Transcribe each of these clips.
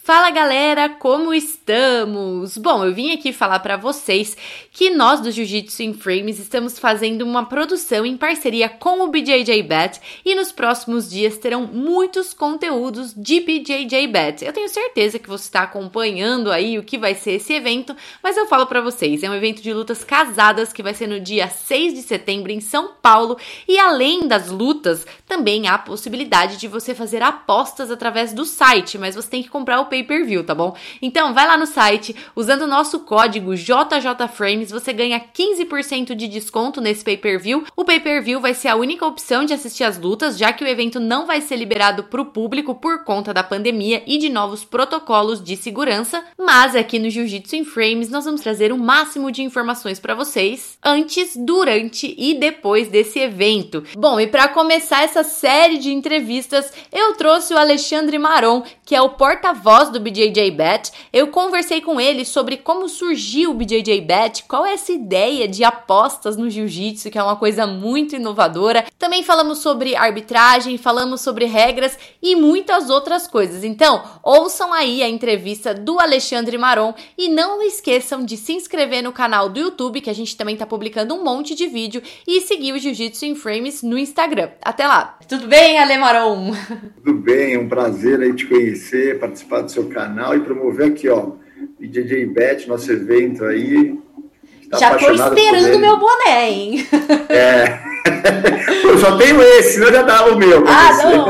Fala galera, como estamos? Bom, eu vim aqui falar pra vocês que nós do Jiu-Jitsu in Frames estamos fazendo uma produção em parceria com o BJJ Bet e nos próximos dias terão muitos conteúdos de BJJ Bet. Eu tenho certeza que você está acompanhando aí o que vai ser esse evento, mas eu falo pra vocês, é um evento de lutas casadas que vai ser no dia 6 de setembro em São Paulo e além das lutas, também há a possibilidade de você fazer apostas através do site, mas você tem que comprar o pay-per-view, tá bom? Então, vai lá no site, usando o nosso código JJFrames, você ganha 15% de desconto nesse pay-per-view. O pay-per-view vai ser a única opção de assistir as lutas, já que o evento não vai ser liberado para o público por conta da pandemia e de novos protocolos de segurança, mas aqui no Jiu-Jitsu in Frames nós vamos trazer o máximo de informações para vocês antes, durante e depois desse evento. Bom, e para começar essa série de entrevistas, eu trouxe o Alexandre Maron, que é o porta-voz do BJJ Bet. Eu conversei com ele sobre como surgiu o BJJ Bet, qual é essa ideia de apostas no jiu-jitsu, que é uma coisa muito inovadora. Também falamos sobre arbitragem, falamos sobre regras e muitas outras coisas. Então, ouçam aí a entrevista do Alexandre Maron e não esqueçam de se inscrever no canal do YouTube, que a gente também tá publicando um monte de vídeo, e seguir o Jiu-Jitsu in Frames no Instagram. Até lá! Tudo bem, Ale Maron? Tudo bem, é um prazer aí te conhecer, participar do seu canal e promover aqui, ó, BJJ Bet, nosso evento aí. Tá já tô esperando o meu boné, hein? É, eu só tenho esse, senão já dava o meu. Não!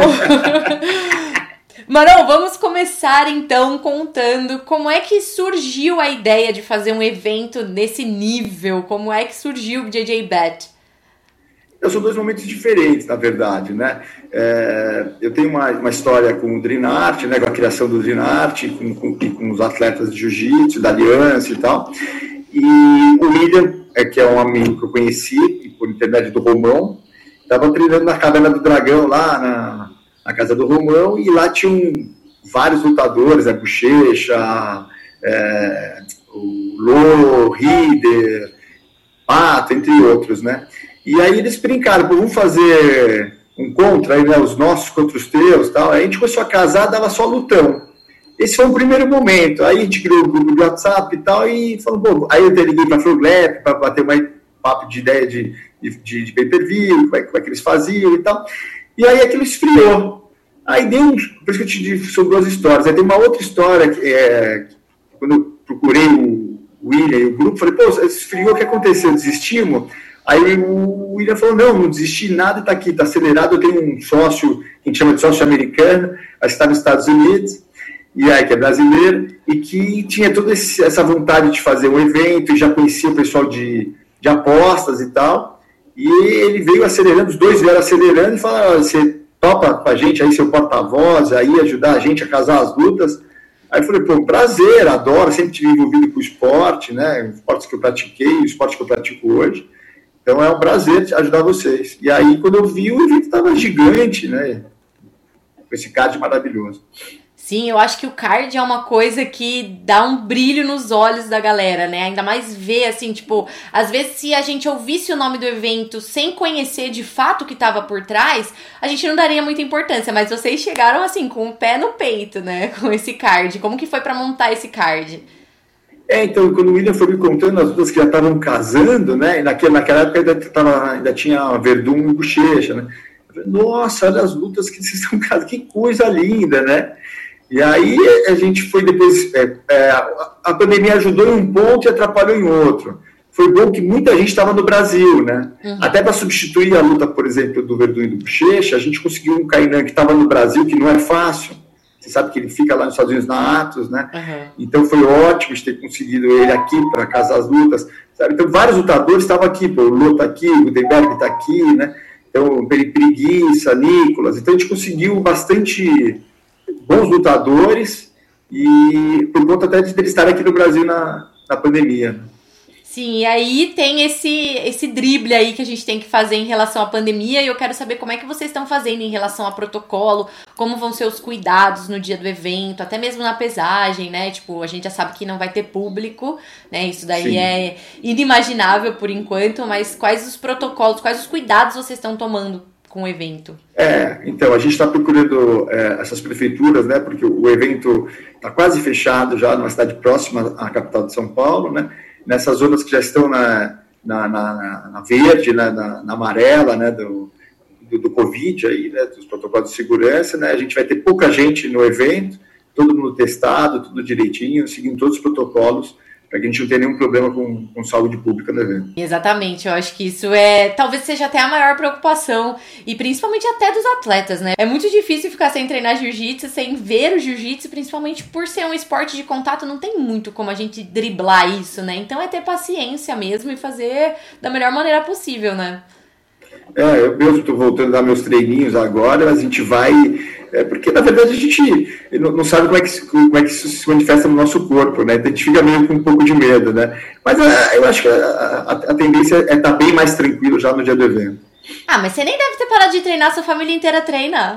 Maron, vamos começar então contando como é que surgiu a ideia de fazer um evento nesse nível, como é que surgiu o BJJ Bet? São dois momentos diferentes, na verdade, né? Eu tenho uma história com o Dream Art, né? Com a criação do Dream Art, com os atletas de jiu-jitsu, da Aliança e tal. E o William, que é um amigo que eu conheci por intermédio do Romão, estava treinando na Caverna do Dragão, lá na casa do Romão, e lá tinham vários lutadores, a Bochecha, o Lô, Rider, Pato, entre outros, né? E aí eles brincaram, vamos fazer um contra, aí, né, os nossos contra os teus, tal. Aí a gente começou a casar, dava só lutão. Esse foi o primeiro momento. Aí a gente criou o grupo de WhatsApp e tal, e falou, bom, aí eu liguei para a Flowlap para bater mais papo de ideia de pay-per-view, como é que eles faziam e tal. E aí aquilo esfriou. Aí deu por isso que eu te disse sobre duas histórias. Aí tem uma outra história, quando eu procurei o William e o grupo, falei, pô, esfriou, o que aconteceu? Desistimos? Aí o William falou, não desisti nada, está aqui, está acelerado, eu tenho um sócio, que a gente chama de sócio americano, que está nos Estados Unidos, e aí que é brasileiro, e que tinha toda essa vontade de fazer um evento, e já conhecia o pessoal de apostas e tal, e ele veio acelerando, os dois vieram acelerando, e falaram, você topa com a gente aí, seu porta-voz, aí ajudar a gente a casar as lutas? Aí eu falei, pô, um prazer, adoro, sempre estive envolvido com o esporte, né, esportes que eu pratiquei, o esporte que eu pratico hoje. Então é um prazer ajudar vocês. E aí, quando eu vi, o evento estava gigante, né? Com esse card maravilhoso. Sim, eu acho que o card é uma coisa que dá um brilho nos olhos da galera, né? Ainda mais ver, assim, tipo, às vezes se a gente ouvisse o nome do evento sem conhecer de fato o que estava por trás, a gente não daria muita importância, mas vocês chegaram, assim, com o pé no peito, né? Com esse card. Como que foi para montar esse card? Então, quando o William foi me contando as lutas que já estavam casando, né? Naquela época ainda tinha Verdun e Bochecha, né? Eu falei, nossa, olha as lutas que vocês estão casando, que coisa linda, né? E aí a gente foi depois. A pandemia ajudou em um ponto e atrapalhou em outro. Foi bom que muita gente estava no Brasil, né? Uhum. Até para substituir a luta, por exemplo, do Verdun e do Bochecha, a gente conseguiu um Kainan que estava no Brasil, que não é fácil. Você sabe que ele fica lá nos Estados Unidos na Atos, né? Uhum. Então foi ótimo de ter conseguido ele aqui para casar as lutas, sabe? Então vários lutadores estavam aqui, pô, o Lô está aqui, o Gutenberg está aqui, né? Então, Preguiça, Nicolas. Então a gente conseguiu bastante bons lutadores e por conta até de eles estarem aqui no Brasil na pandemia. Sim, e aí tem esse drible aí que a gente tem que fazer em relação à pandemia e eu quero saber como é que vocês estão fazendo em relação a protocolo, como vão ser os cuidados no dia do evento, até mesmo na pesagem, né? Tipo, a gente já sabe que não vai ter público, né? Isso daí Sim. É inimaginável por enquanto, mas quais os protocolos, quais os cuidados vocês estão tomando com o evento? Então, a gente está procurando essas prefeituras, né, porque o evento está quase fechado já numa cidade próxima à capital de São Paulo, né, nessas zonas que já estão na verde, né, na amarela, né, do Covid, aí, né, dos protocolos de segurança, né, a gente vai ter pouca gente no evento, todo mundo testado, tudo direitinho, seguindo todos os protocolos, para que a gente não tenha nenhum problema com saúde pública no evento. Exatamente, eu acho que isso talvez seja até a maior preocupação, e principalmente até dos atletas, né? É muito difícil ficar sem treinar jiu-jitsu, sem ver o jiu-jitsu, principalmente por ser um esporte de contato, não tem muito como a gente driblar isso, né? Então é ter paciência mesmo e fazer da melhor maneira possível, né? Eu mesmo estou voltando a dar meus treininhos agora, mas a gente vai... porque, na verdade, a gente não sabe como é que isso se manifesta no nosso corpo, né? Então, a gente fica meio com um pouco de medo, né? Mas eu acho que a tendência é estar bem mais tranquilo já no dia do evento. Mas você nem deve ter parado de treinar, sua família inteira treina.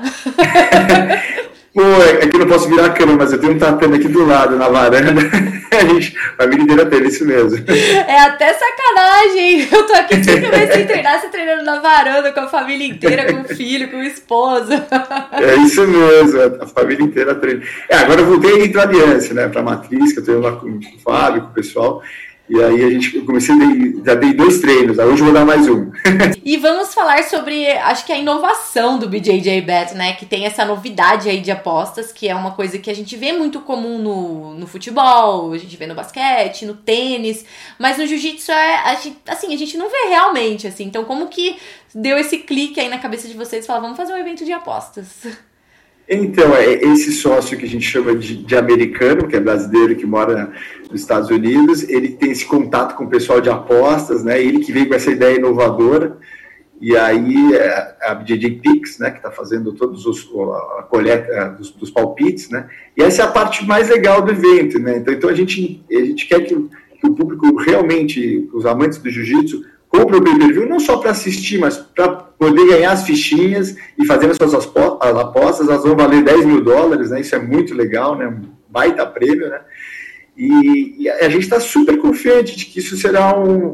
Pô, é que eu não posso virar a cama, mas eu tenho um tatame aqui do lado, na varanda. A família inteira tem isso mesmo. É até sacanagem. Eu tô aqui 5 meses sem treinar, você treinando na varanda com a família inteira, com o filho, com o esposo. É isso mesmo, a família inteira treina. Agora eu voltei a ir para a Aliança, né, para a Matriz, que eu treino lá com o Fábio, com o pessoal. E aí eu comecei, já dei 2 treinos, hoje eu vou dar mais um. E vamos falar sobre, acho que a inovação do BJJ Bet, né? Que tem essa novidade aí de apostas, que é uma coisa que a gente vê muito comum no futebol, a gente vê no basquete, no tênis, mas no jiu-jitsu a gente não vê realmente, assim. Então como que deu esse clique aí na cabeça de vocês e falar, vamos fazer um evento de apostas? Então, esse sócio que a gente chama de americano, que é brasileiro, que mora nos Estados Unidos, ele tem esse contato com o pessoal de apostas, né? Ele que veio com essa ideia inovadora, e aí a BJJ Picks, né, que está fazendo todos a coleta dos palpites, né? E essa é a parte mais legal do evento, né? Então a gente quer que o público realmente, os amantes do jiu-jitsu, compre o pay-per-view não só para assistir, mas para poder ganhar as fichinhas e fazer as suas apostas. Elas vão valer $10 mil, né? Isso é muito legal, né? Um baita prêmio, né? E a gente está super confiante de que isso será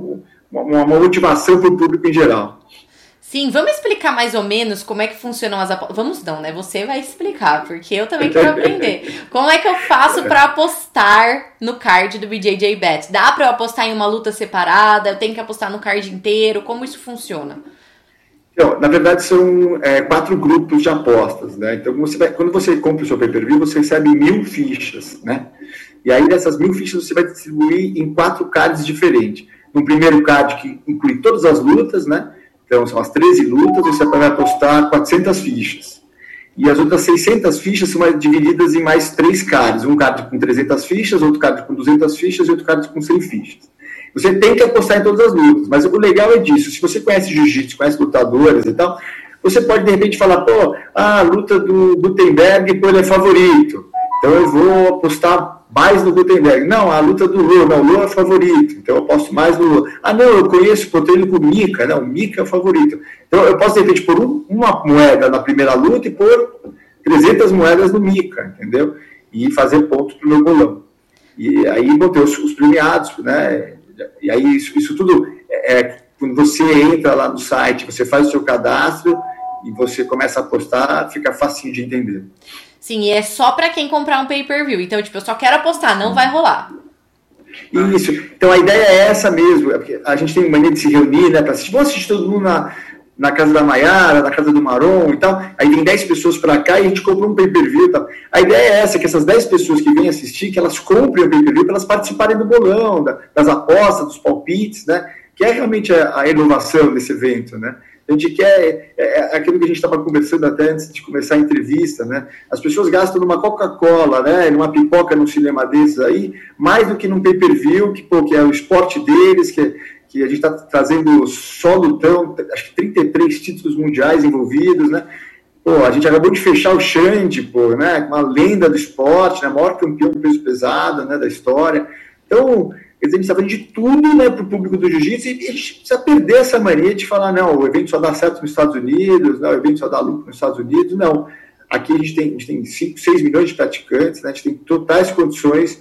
uma motivação para o público em geral. Sim, vamos explicar mais ou menos como é que funcionam as apostas. Vamos não, né? Você vai explicar, porque eu também quero aprender. Como é que eu faço para apostar no card do BJJ Bet? Dá para eu apostar em uma luta separada? Eu tenho que apostar no card inteiro? Como isso funciona? Então, na verdade, são 4 grupos de apostas, né? Então, quando você compra o seu pay-per-view, você recebe 1.000 fichas, né? E aí, dessas 1.000 fichas, você vai distribuir em 4 cards diferentes. No primeiro card, que inclui todas as lutas, né? Então, são as 13 lutas, você vai apostar 400 fichas. E as outras 600 fichas são divididas em mais 3 cards. Um card com 300 fichas, outro card com 200 fichas e outro card com 100 fichas. Você tem que apostar em todas as lutas, mas o legal é disso. Se você conhece jiu-jitsu, conhece lutadores e tal, você pode, de repente, falar, a luta do Gutenberg, ele é favorito. Então, eu vou apostar mais no Gutenberg. Não, a luta do Lô, o Lô é favorito, então eu aposto mais no Lô. Não, eu conheço, treino com o Mika, não, o Mika é o favorito. Então eu posso, de repente, pôr uma moeda na primeira luta e pôr 300 moedas no Mika, entendeu? E fazer pontos pro meu bolão. E aí vão ter os premiados, né? E aí isso tudo, quando você entra lá no site, você faz o seu cadastro e você começa a apostar, fica facinho de entender. Sim, e é só para quem comprar um pay-per-view. Então, eu só quero apostar, não vai rolar. Isso. Então, a ideia é essa mesmo. Porque a gente tem mania de se reunir, né, para assistir. Vamos assistir todo mundo na casa da Maiara, na casa do Maron e tal. Aí vem 10 pessoas para cá e a gente compra um pay-per-view e tal. A ideia é essa, que essas 10 pessoas que vêm assistir, que elas comprem o pay-per-view para elas participarem do bolão, das apostas, dos palpites, né? Que é realmente a inovação desse evento, né? A gente quer, aquilo que a gente estava conversando até antes de começar a entrevista, né? As pessoas gastam numa Coca-Cola, né? Numa pipoca num cinema desses aí, mais do que num pay-per-view, que é o esporte deles, que a gente está trazendo só lutão, acho que 33 títulos mundiais envolvidos, né? A gente acabou de fechar o Xande, né? Uma lenda do esporte, né? Maior campeão do peso pesado, né? Da história. Então, a gente está falando de tudo, né, para o público do jiu-jitsu, e a gente precisa perder essa mania de falar, não, o evento só dá certo nos Estados Unidos, não, o evento só dá lucro nos Estados Unidos, não. Aqui a gente tem 5, 6 milhões de praticantes, né, a gente tem totais condições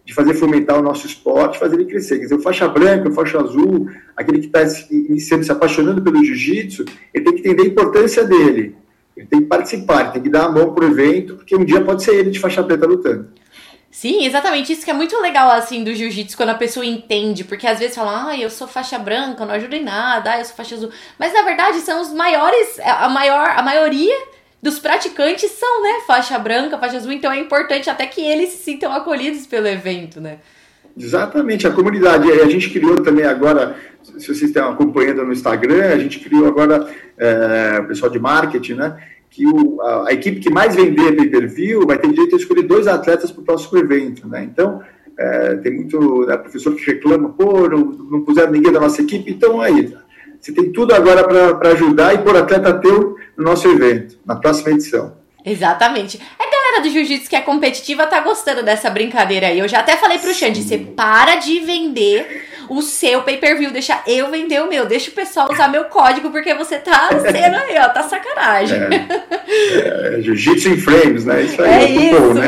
de fazer fomentar o nosso esporte, fazer ele crescer. Quer dizer, o faixa branca, o faixa azul, aquele que está iniciando, se apaixonando pelo jiu-jitsu, ele tem que entender a importância dele. Ele tem que participar, ele tem que dar a mão pro evento, porque um dia pode ser ele de faixa preta lutando. Sim, exatamente. Isso que é muito legal, assim, do jiu-jitsu, quando a pessoa entende. Porque às vezes fala, eu sou faixa branca, não ajudo em nada, eu sou faixa azul. Mas na verdade são os maiores, a maioria dos praticantes são, né, faixa branca, faixa azul. Então é importante até que eles se sintam acolhidos pelo evento, né? Exatamente, a comunidade. A gente criou também agora, se vocês estão acompanhando no Instagram, a gente criou agora, o pessoal de marketing, né? Que a equipe que mais vender pay-per-view vai ter direito a escolher 2 atletas para o próximo evento, né? Então, tem muito professor que reclama, não puseram ninguém da nossa equipe, então aí, você tem tudo agora para ajudar e pôr atleta teu no nosso evento, na próxima edição. Exatamente. A galera do jiu-jitsu que é competitiva tá gostando dessa brincadeira aí. Eu já até falei pro Xande, você para de vender o seu pay-per-view, deixa eu vender o meu, deixa o pessoal usar meu código, porque você tá sendo aí, ó, tá sacanagem. Jiu-jitsu in frames, né? Isso aí. É isso. Bom, né?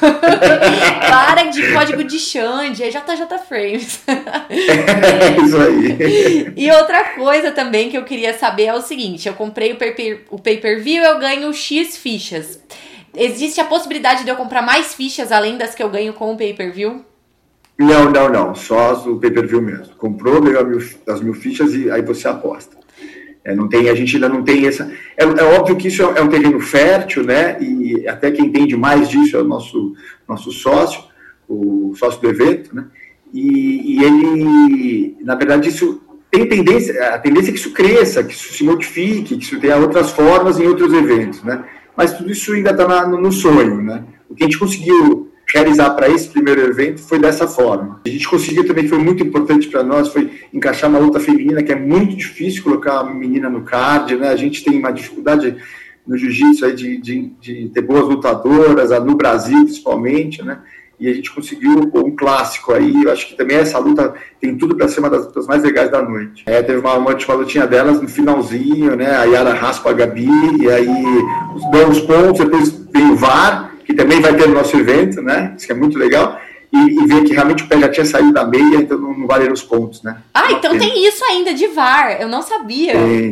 Para de código de Xande, é JJ Frames. É isso aí. E outra coisa também que eu queria saber é o seguinte, eu comprei o pay-per-view, eu ganho X fichas. Existe a possibilidade de eu comprar mais fichas além das que eu ganho com o pay-per-view? Não. Só o pay-per-view mesmo. Comprou, ganhou as 1.000 fichas e aí você aposta. A gente ainda não tem essa... É óbvio que isso é um terreno fértil, né? E até quem entende mais disso é o nosso sócio, o sócio do evento, né? E ele, na verdade, isso tem a tendência é que isso cresça, que isso se modifique, que isso tenha outras formas em outros eventos, né? Mas tudo isso ainda está no sonho, né? O que a gente conseguiu realizar para esse primeiro evento foi dessa forma. A gente conseguiu também, que foi muito importante para nós, foi encaixar uma luta feminina, que é muito difícil colocar uma menina no card, né? A gente tem uma dificuldade no jiu-jitsu aí de ter boas lutadoras, no Brasil principalmente, né? E a gente conseguiu um clássico aí. Eu acho que também essa luta tem tudo para ser uma das lutas mais legais da noite. Teve uma lutinha delas no finalzinho, né? A Yara raspa a Gabi, e aí dão os pontos, depois vem o VAR, que também vai ter no nosso evento, né? Isso que é muito legal. E ver que realmente o pé já tinha saído da meia, então não valeram os pontos, né? Então tem isso ainda de VAR, eu não sabia.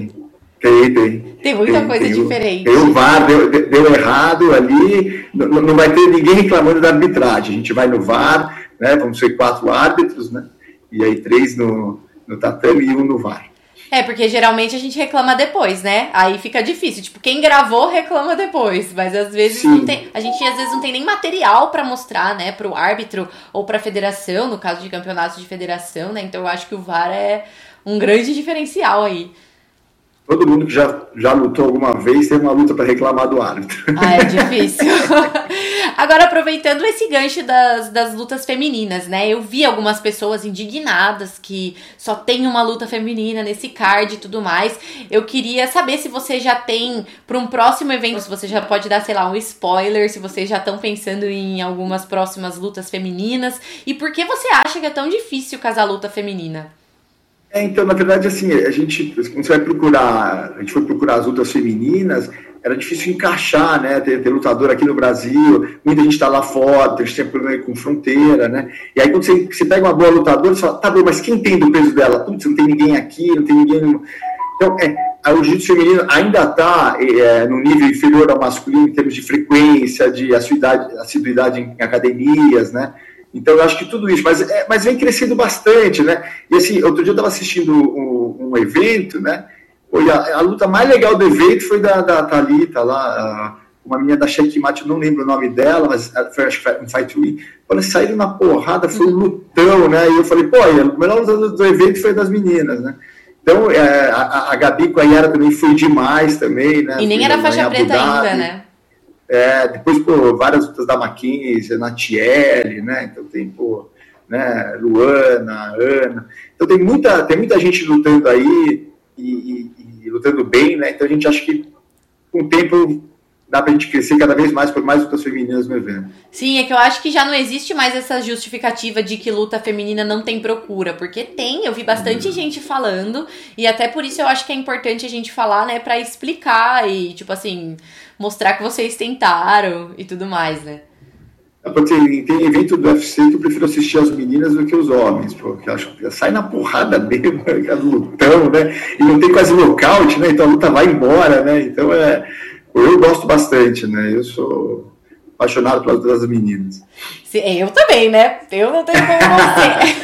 Tem muita coisa diferente. Tem o VAR, deu errado ali, não vai ter ninguém reclamando da arbitragem. A gente vai no VAR, né? Vamos ser 4 árbitros, né? E aí 3 no tatame e 1 no VAR. Porque geralmente a gente reclama depois, né? Aí fica difícil. Tipo, quem gravou reclama depois. Mas às vezes a gente às vezes não tem nem material pra mostrar, né? Pro árbitro ou pra federação, no caso de campeonatos de federação, né? Então eu acho que o VAR é um grande diferencial aí. Todo mundo que já lutou alguma vez tem uma luta para reclamar do árbitro. É difícil. Agora, aproveitando esse gancho das lutas femininas, né? Eu vi algumas pessoas indignadas que só tem uma luta feminina nesse card e tudo mais. Eu queria saber se você já tem, para um próximo evento, se você já pode dar, sei lá, um spoiler, se vocês já estão pensando em algumas próximas lutas femininas. E por que você acha que é tão difícil casar luta feminina? Então, na verdade, assim, quando a gente foi procurar as lutas femininas, era difícil encaixar, né? Ter lutador aqui no Brasil, muita gente está lá fora, a gente tem problema com fronteira, né? E aí, quando você pega uma boa lutadora, você fala, tá bom, mas quem tem do peso dela? Putz, não tem ninguém aqui, não tem ninguém... Então, o jiu-jitsu feminino ainda está no nível inferior ao masculino em termos de frequência, de assiduidade em academias, né? Então, eu acho que tudo isso, mas vem crescendo bastante, né? E assim, outro dia eu estava assistindo um evento, né? A luta mais legal do evento foi da Thalita lá, uma menina da Checkmate, eu não lembro o nome dela, mas foi, acho que foi um Fight Week. Quando eles saíram na porrada, foi um lutão, né? E eu falei, a melhor luta do evento foi das meninas, né? Então, a Gabi com a Yara também foi demais também, né? E nem era faixa preta ainda, né? Depois, várias lutas da Mackenzie, Natiele, né? Então tem, né, Luana, Ana. Então tem muita gente lutando aí e lutando bem, né? Então a gente acha que com o tempo dá pra gente crescer cada vez mais por mais lutas femininas no evento. Sim, é que eu acho que já não existe mais essa justificativa de que luta feminina não tem procura, porque eu vi bastante gente falando, e até por isso eu acho que é importante a gente falar, né, pra explicar e, tipo assim, mostrar que vocês tentaram e tudo mais, né? Porque tem evento do UFC que eu prefiro assistir as meninas do que os homens, porque acho que sai na porrada mesmo, lutão, né? E não tem quase nocaute, né? Então a luta vai embora, né? Então eu gosto bastante, né? Eu sou apaixonado pelas lutas das meninas. Sim, eu também, né? Eu não tenho como não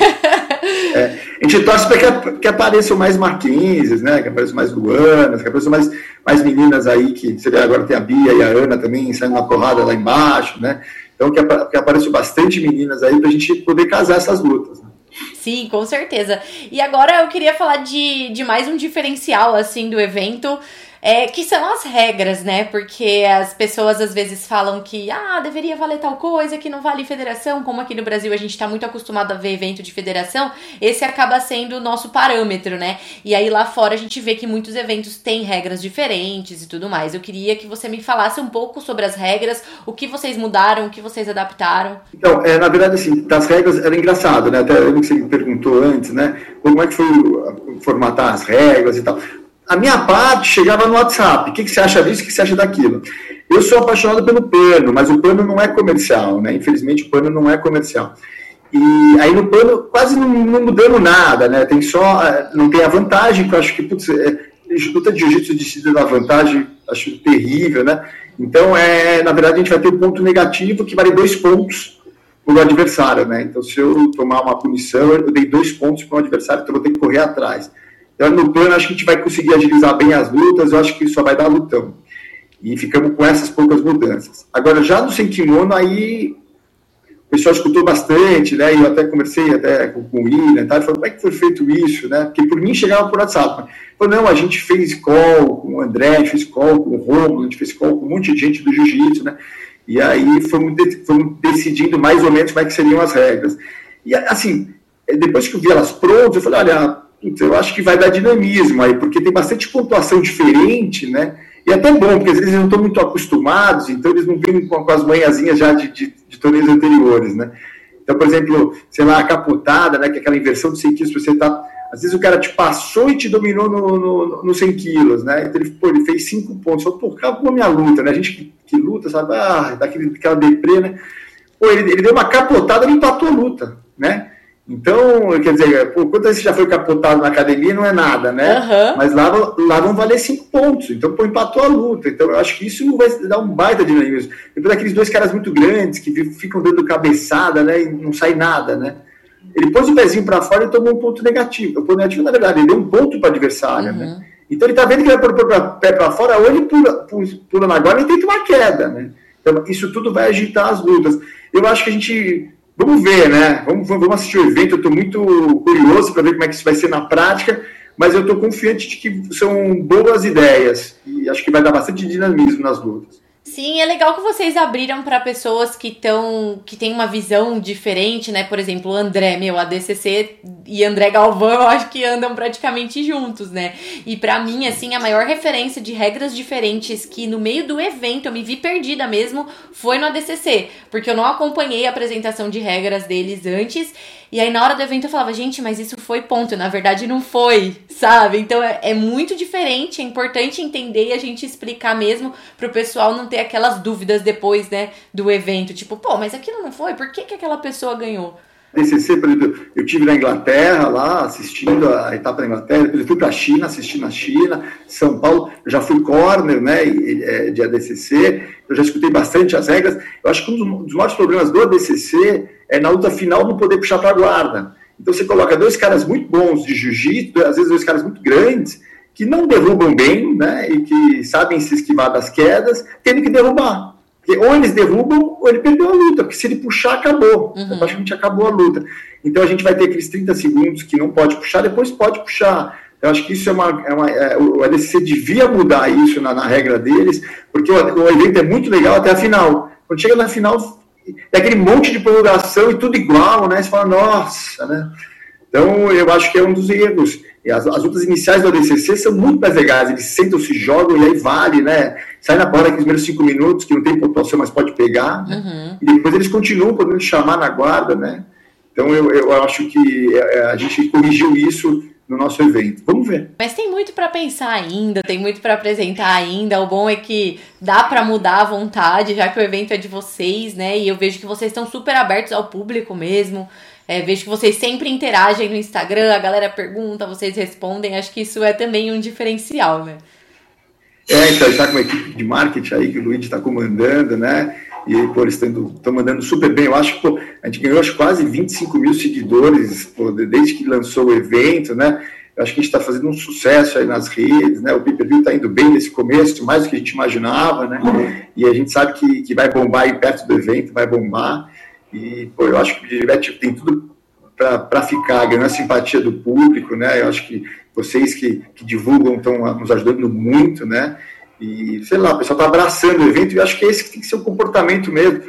ser. A gente torce para que apareçam mais Mackenzies, né? Que apareçam mais Luanas, que apareçam mais meninas aí, que você vê agora tem a Bia e a Ana também saindo na porrada lá embaixo, né? Então que apareçam bastante meninas aí para a gente poder casar essas lutas, né? Sim, com certeza. E agora eu queria falar de mais um diferencial, assim, do evento, que são as regras, né? Porque as pessoas às vezes falam que deveria valer tal coisa, que não vale federação, como aqui no Brasil a gente tá muito acostumado a ver evento de federação, esse acaba sendo o nosso parâmetro, né? E aí lá fora a gente vê que muitos eventos têm regras diferentes e tudo mais. Eu queria que você me falasse um pouco sobre as regras, o que vocês mudaram, o que vocês adaptaram. Então, na verdade, assim, das regras era engraçado, né? Até eu que você me perguntou antes, né? Como é que foi formatar as regras e tal. A minha parte chegava no WhatsApp. O que você acha disso? O que você acha daquilo? Eu sou apaixonado pelo pano, mas o pano não é comercial, né? Infelizmente, o pano não é comercial. E aí no pano quase não mudamos nada, né? Tem só... Não tem a vantagem, que eu acho que... Putz, luta de jiu-jitsu decide da vantagem, acho terrível, né? Então, na verdade, a gente vai ter um ponto negativo que vale 2 pontos para o adversário, né? Então, se eu tomar uma punição, eu dei 2 pontos para o adversário, então eu vou ter que correr atrás. Então, no plano, acho que a gente vai conseguir agilizar bem as lutas, eu acho que só vai dar lutão. E ficamos com essas poucas mudanças. Agora, já no sem kimono, aí o pessoal escutou bastante, né? E eu até conversei com o William, tá? Ele falou, como é que foi feito isso, né? Porque por mim chegava por WhatsApp. Falou, não, a gente fez call com o André, a gente fez call com o Romulo, a gente fez call com um monte de gente do jiu-jitsu, né? E aí fomos decidindo mais ou menos como é que seriam as regras. E assim, depois que eu vi elas prontas, eu falei, olha, eu acho que vai dar dinamismo aí, porque tem bastante pontuação diferente, né? E é até bom, porque às vezes eles não estão muito acostumados, então eles não vêm com as manhãzinhas já de torneios anteriores, né? Então, por exemplo, sei lá, a capotada, né? Que é aquela inversão de 100 quilos, você tá... Às vezes o cara te passou e te dominou no 100 quilos, né? Então ele fez 5 pontos. Falou, pô, acabou a minha luta, né? A gente que luta, sabe? Daquela deprê, né? Pô, ele deu uma capotada e empatou a luta, né? Então, quer dizer, quantas vezes você já foi capotado na academia, não é nada, né? Uhum. Mas lá vão valer 5 pontos. Então, empatou a luta. Então, eu acho que isso vai dar um baita dinamismo. Depois daqueles 2 caras muito grandes que ficam dando cabeçada, né? E não sai nada, né? Ele pôs o pezinho para fora e tomou um ponto negativo. O ponto negativo, na verdade, ele deu um ponto para o adversário, né? Então, ele está vendo que ele vai pôr o pé para fora, ou ele pula na guarda e tenta uma queda, né? Então, isso tudo vai agitar as lutas. Eu acho que a gente... Vamos ver, né? Vamos assistir o evento. Eu estou muito curioso para ver como é que isso vai ser na prática, mas eu estou confiante de que são boas ideias e acho que vai dar bastante dinamismo nas lutas. Sim, é legal que vocês abriram para pessoas que têm uma visão diferente, né? Por exemplo, o André, ADCC e André Galvão, eu acho que andam praticamente juntos, né? E pra mim, assim, a maior referência de regras diferentes que no meio do evento eu me vi perdida mesmo foi no ADCC, porque eu não acompanhei a apresentação de regras deles antes. E aí, na hora do evento, eu falava, gente, mas isso foi ponto. Na verdade, não foi, sabe? Então, é muito diferente. É importante entender e a gente explicar mesmo pro pessoal não ter aquelas dúvidas depois, né, do evento. Tipo, pô, mas aquilo não foi? Por que aquela pessoa ganhou? DCC, por exemplo, eu estive na Inglaterra, lá, assistindo a etapa da Inglaterra, depois eu fui para a China, assisti na China, São Paulo, eu já fui corner, né, de ADCC, eu já escutei bastante as regras. Eu acho que um dos maiores problemas do ADCC é na luta final não poder puxar para a guarda. Então você coloca 2 caras muito bons de jiu-jitsu, às vezes 2 caras muito grandes, que não derrubam bem, né, e que sabem se esquivar das quedas, tendo que derrubar. Porque ou eles derrubam ou ele perdeu a luta, porque se ele puxar, acabou. Praticamente acabou a luta. Então a gente vai ter aqueles 30 segundos que não pode puxar, depois pode puxar. Eu acho que isso o ADCC devia mudar isso na regra deles, porque o evento é muito legal até a final. Quando chega na final, é aquele monte de prorrogação e tudo igual, né? Você fala, nossa, né? Então eu acho que é um dos erros. E as lutas iniciais do ADCC são muito mais legais, eles sentam, se jogam e aí vale, né? Sai na bola aqueles primeiros 5 minutos, que não tem pontuação, mas pode pegar, né? E depois eles continuam podendo chamar na guarda, né? Então eu acho que a gente corrigiu isso no nosso evento. Vamos ver. Mas tem muito para pensar ainda, tem muito para apresentar ainda. O bom é que dá para mudar à vontade, já que o evento é de vocês, né? E eu vejo que vocês estão super abertos ao público mesmo. Vejo que vocês sempre interagem no Instagram, a galera pergunta, vocês respondem. Acho que isso é também um diferencial, né? Então, está com uma equipe de marketing aí que o Luigi está comandando, né? E pô, eles estão mandando super bem. Eu acho que a gente ganhou quase 25 mil seguidores desde que lançou o evento, né? Eu acho que a gente está fazendo um sucesso aí nas redes, né? O pay-per-view está indo bem nesse começo, mais do que a gente imaginava, né? E a gente sabe que vai bombar aí perto do evento, vai bombar. E pô, eu acho que o BJJ tem tudo para ficar, ganhando a simpatia do público, né? Eu acho que vocês que divulgam estão nos ajudando muito, né? E, sei lá, o pessoal está abraçando o evento e eu acho que esse tem que ser o comportamento mesmo.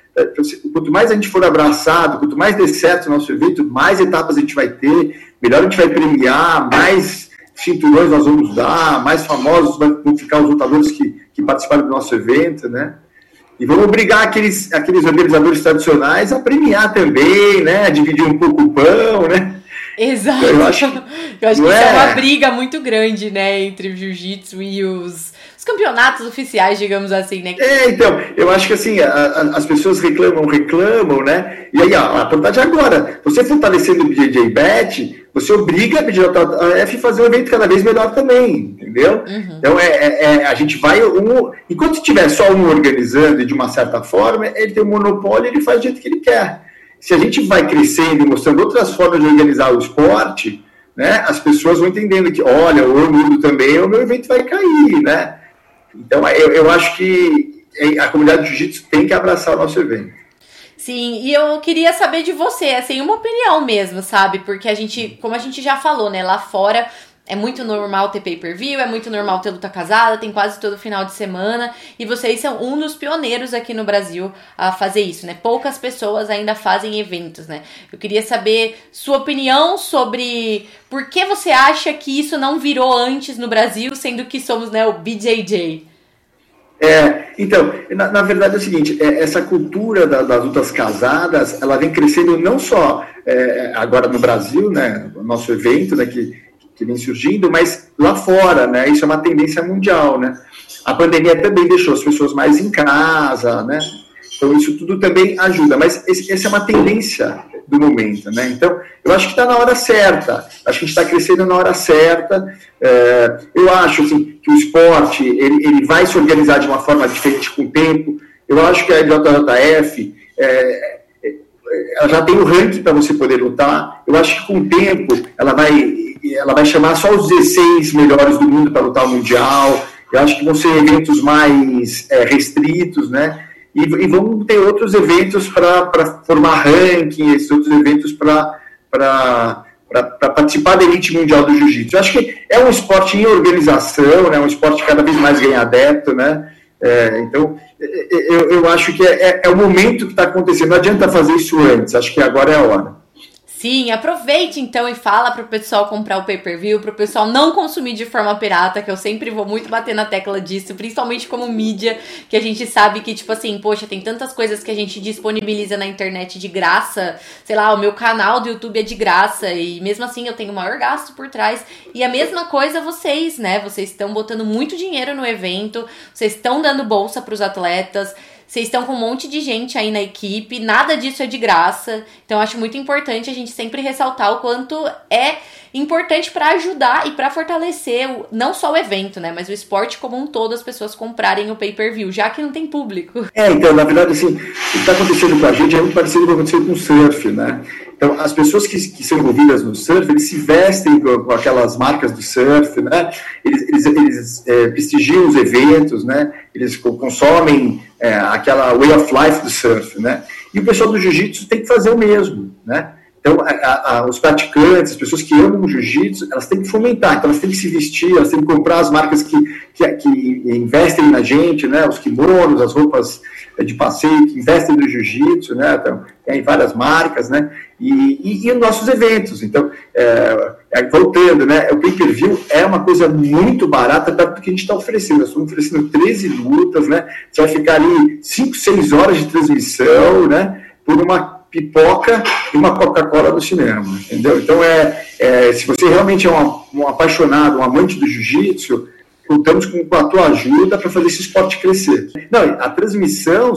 Quanto mais a gente for abraçado, quanto mais der certo o nosso evento, mais etapas a gente vai ter, melhor a gente vai premiar, mais cinturões nós vamos dar, mais famosos vão ficar os lutadores que participaram do nosso evento, né? E vamos obrigar aqueles organizadores tradicionais a premiar também, né? A dividir um pouco o pão, né? Exato. Eu acho que isso é uma briga muito grande, né? Entre o jiu-jitsu e os campeonatos oficiais, digamos assim, né? Então, eu acho que assim, as pessoas reclamam, né? E aí, a vontade agora, você fortalecendo o BJJBet, você obriga a BJJF a fazer um evento cada vez melhor também, entendeu? Uhum. Então, a gente vai, enquanto tiver só um organizando e de uma certa forma, ele tem um monopólio e ele faz do jeito que ele quer. Se a gente vai crescendo e mostrando outras formas de organizar o esporte, né, as pessoas vão entendendo que, olha, o mundo também, o meu evento vai cair, né? Então, eu acho que a comunidade de jiu-jitsu tem que abraçar o nosso evento. Sim, e eu queria saber de você, assim, uma opinião mesmo, sabe? Porque como a gente já falou, né, lá fora é muito normal ter pay-per-view, é muito normal ter luta casada, tem quase todo final de semana, e vocês são um dos pioneiros aqui no Brasil a fazer isso, né? Poucas pessoas ainda fazem eventos, né? Eu queria saber sua opinião sobre por que você acha que isso não virou antes no Brasil, sendo que somos, né, o BJJ. Então, na verdade é o seguinte, essa cultura das lutas casadas, ela vem crescendo não só agora no Brasil, né, o nosso evento, né, que vem surgindo, mas lá fora, né? Isso é uma tendência mundial, né? A pandemia também deixou as pessoas mais em casa, né? Então isso tudo também ajuda, mas essa é uma tendência do momento, né? Então eu acho que está na hora certa, acho que a gente está crescendo na hora certa. Eu acho assim, que o esporte ele vai se organizar de uma forma diferente com o tempo. Eu acho que a IJJF ela já tem o ranking para você poder lutar. Eu acho que com o tempo ela vai chamar só os 16 melhores do mundo para lutar o Mundial. Eu acho que vão ser eventos mais restritos, né? E vão ter outros eventos para formar ranking, esses outros eventos para participar da elite mundial do jiu-jitsu. Eu acho que é um esporte em organização, né? Um esporte que cada vez mais ganha adepto, né? Então, eu acho que é o momento que está acontecendo. Não adianta fazer isso antes, acho que agora é a hora. Sim, aproveite então e fala pro pessoal comprar o pay-per-view, pro pessoal não consumir de forma pirata, que eu sempre vou muito bater na tecla disso, principalmente como mídia, que a gente sabe que, tipo assim, poxa, tem tantas coisas que a gente disponibiliza na internet de graça, sei lá, o meu canal do YouTube é de graça, e mesmo assim eu tenho maior gasto por trás, e a mesma coisa vocês, né, vocês estão botando muito dinheiro no evento, vocês estão dando bolsa pros atletas, vocês estão com um monte de gente aí na equipe, nada disso é de graça. Então, eu acho muito importante a gente sempre ressaltar o quanto é importante para ajudar e para fortalecer não só o evento, né, mas o esporte como um todo, as pessoas comprarem o pay-per-view, já que não tem público. Então, na verdade, assim, o que está acontecendo com a gente é muito parecido com o que aconteceu com o surf, né? Então, as pessoas que são envolvidas no surf, eles se vestem com aquelas marcas do surf, né? Eles prestigiam os eventos, né? Eles consomem aquela way of life do surf, né? E o pessoal do jiu-jitsu tem que fazer o mesmo, né? Então, os praticantes, as pessoas que amam o jiu-jitsu, elas têm que fomentar, então elas têm que se vestir, elas têm que comprar as marcas que investem na gente, né? Os kimonos, as roupas de passeio que investem no jiu-jitsu, né? Então, tem várias marcas, né? E os nossos eventos. Então, voltando, né? O pay-per-view é uma coisa muito barata perto do que a gente está oferecendo. Nós estamos oferecendo 13 lutas, né? Você vai ficar ali 5, 6 horas de transmissão, né? Por uma pipoca e uma Coca-Cola no cinema, entendeu? Então, se você realmente é um apaixonado, um amante do jiu-jitsu, contamos com a tua ajuda para fazer esse esporte crescer. Não, a transmissão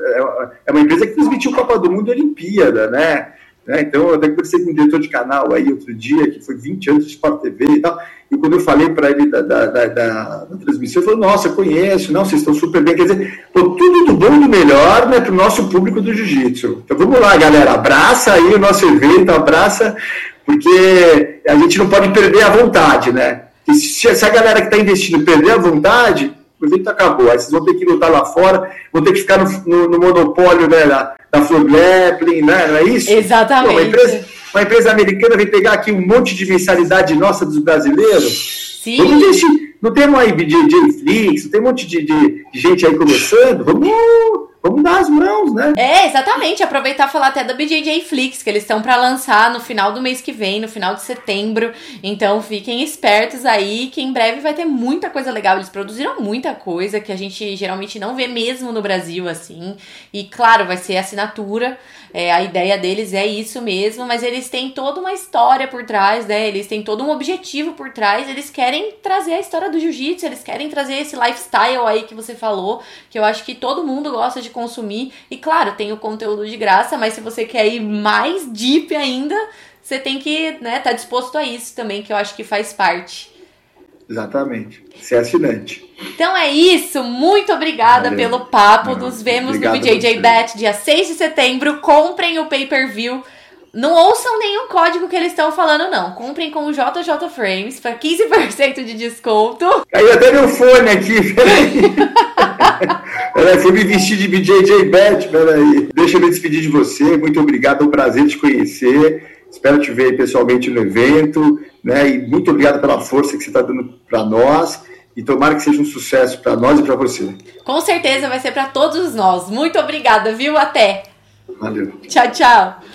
é uma empresa que transmitiu Copa do Mundo e Olimpíada, né? Então, eu até conversei com um diretor de canal aí outro dia, que foi 20 anos de Sport TV e tal, e quando eu falei para ele da transmissão, ele falou, nossa, eu conheço, não, vocês estão super bem, quer dizer, tudo do bom e do melhor, né, para o nosso público do jiu-jitsu. Então, vamos lá, galera, abraça aí o nosso evento, abraça, porque a gente não pode perder a vontade, né? E se a galera que está investindo perder a vontade, o evento acabou. Aí vocês vão ter que lutar lá fora, vão ter que ficar no monopólio, né, da Flo Grappling, né? Não é isso? Exatamente. Pô, uma empresa americana vem pegar aqui um monte de mensalidade nossa dos brasileiros. Sim. Vamos investir. Não tem aí BJJ Flix, não tem um monte de gente aí começando. Vamos dar as mãos, né? Exatamente. Aproveitar e falar até da BJJ Flix, que eles estão para lançar no final do mês que vem, no final de setembro. Então, fiquem espertos aí, que em breve vai ter muita coisa legal. Eles produziram muita coisa que a gente geralmente não vê mesmo no Brasil, assim. E, claro, vai ser assinatura. A ideia deles é isso mesmo, mas eles têm toda uma história por trás, né? Eles têm todo um objetivo por trás. Eles querem trazer a história do jiu-jitsu, eles querem trazer esse lifestyle aí que você falou, que eu acho que todo mundo gosta de consumir. E claro, tem o conteúdo de graça, mas se você quer ir mais deep ainda, você tem que, né, tá disposto a isso também, que eu acho que faz parte. Exatamente. Ser assinante. Então é isso. Muito obrigada pelo papo. Nos vemos no BJJ Bet, dia 6 de setembro. Comprem o pay-per-view. Não ouçam nenhum código que eles estão falando, não. Comprem com o JJ Frames para 15% de desconto. Caiu até meu fone aqui, peraí. Peraí, fui me vestir de BJJ Bet, peraí. Deixa eu me despedir de você. Muito obrigado, é um prazer te conhecer. Espero te ver pessoalmente no evento, né? E muito obrigado pela força que você está dando para nós. E tomara que seja um sucesso para nós e para você. Com certeza vai ser para todos nós. Muito obrigada, viu? Até. Valeu. Tchau, tchau.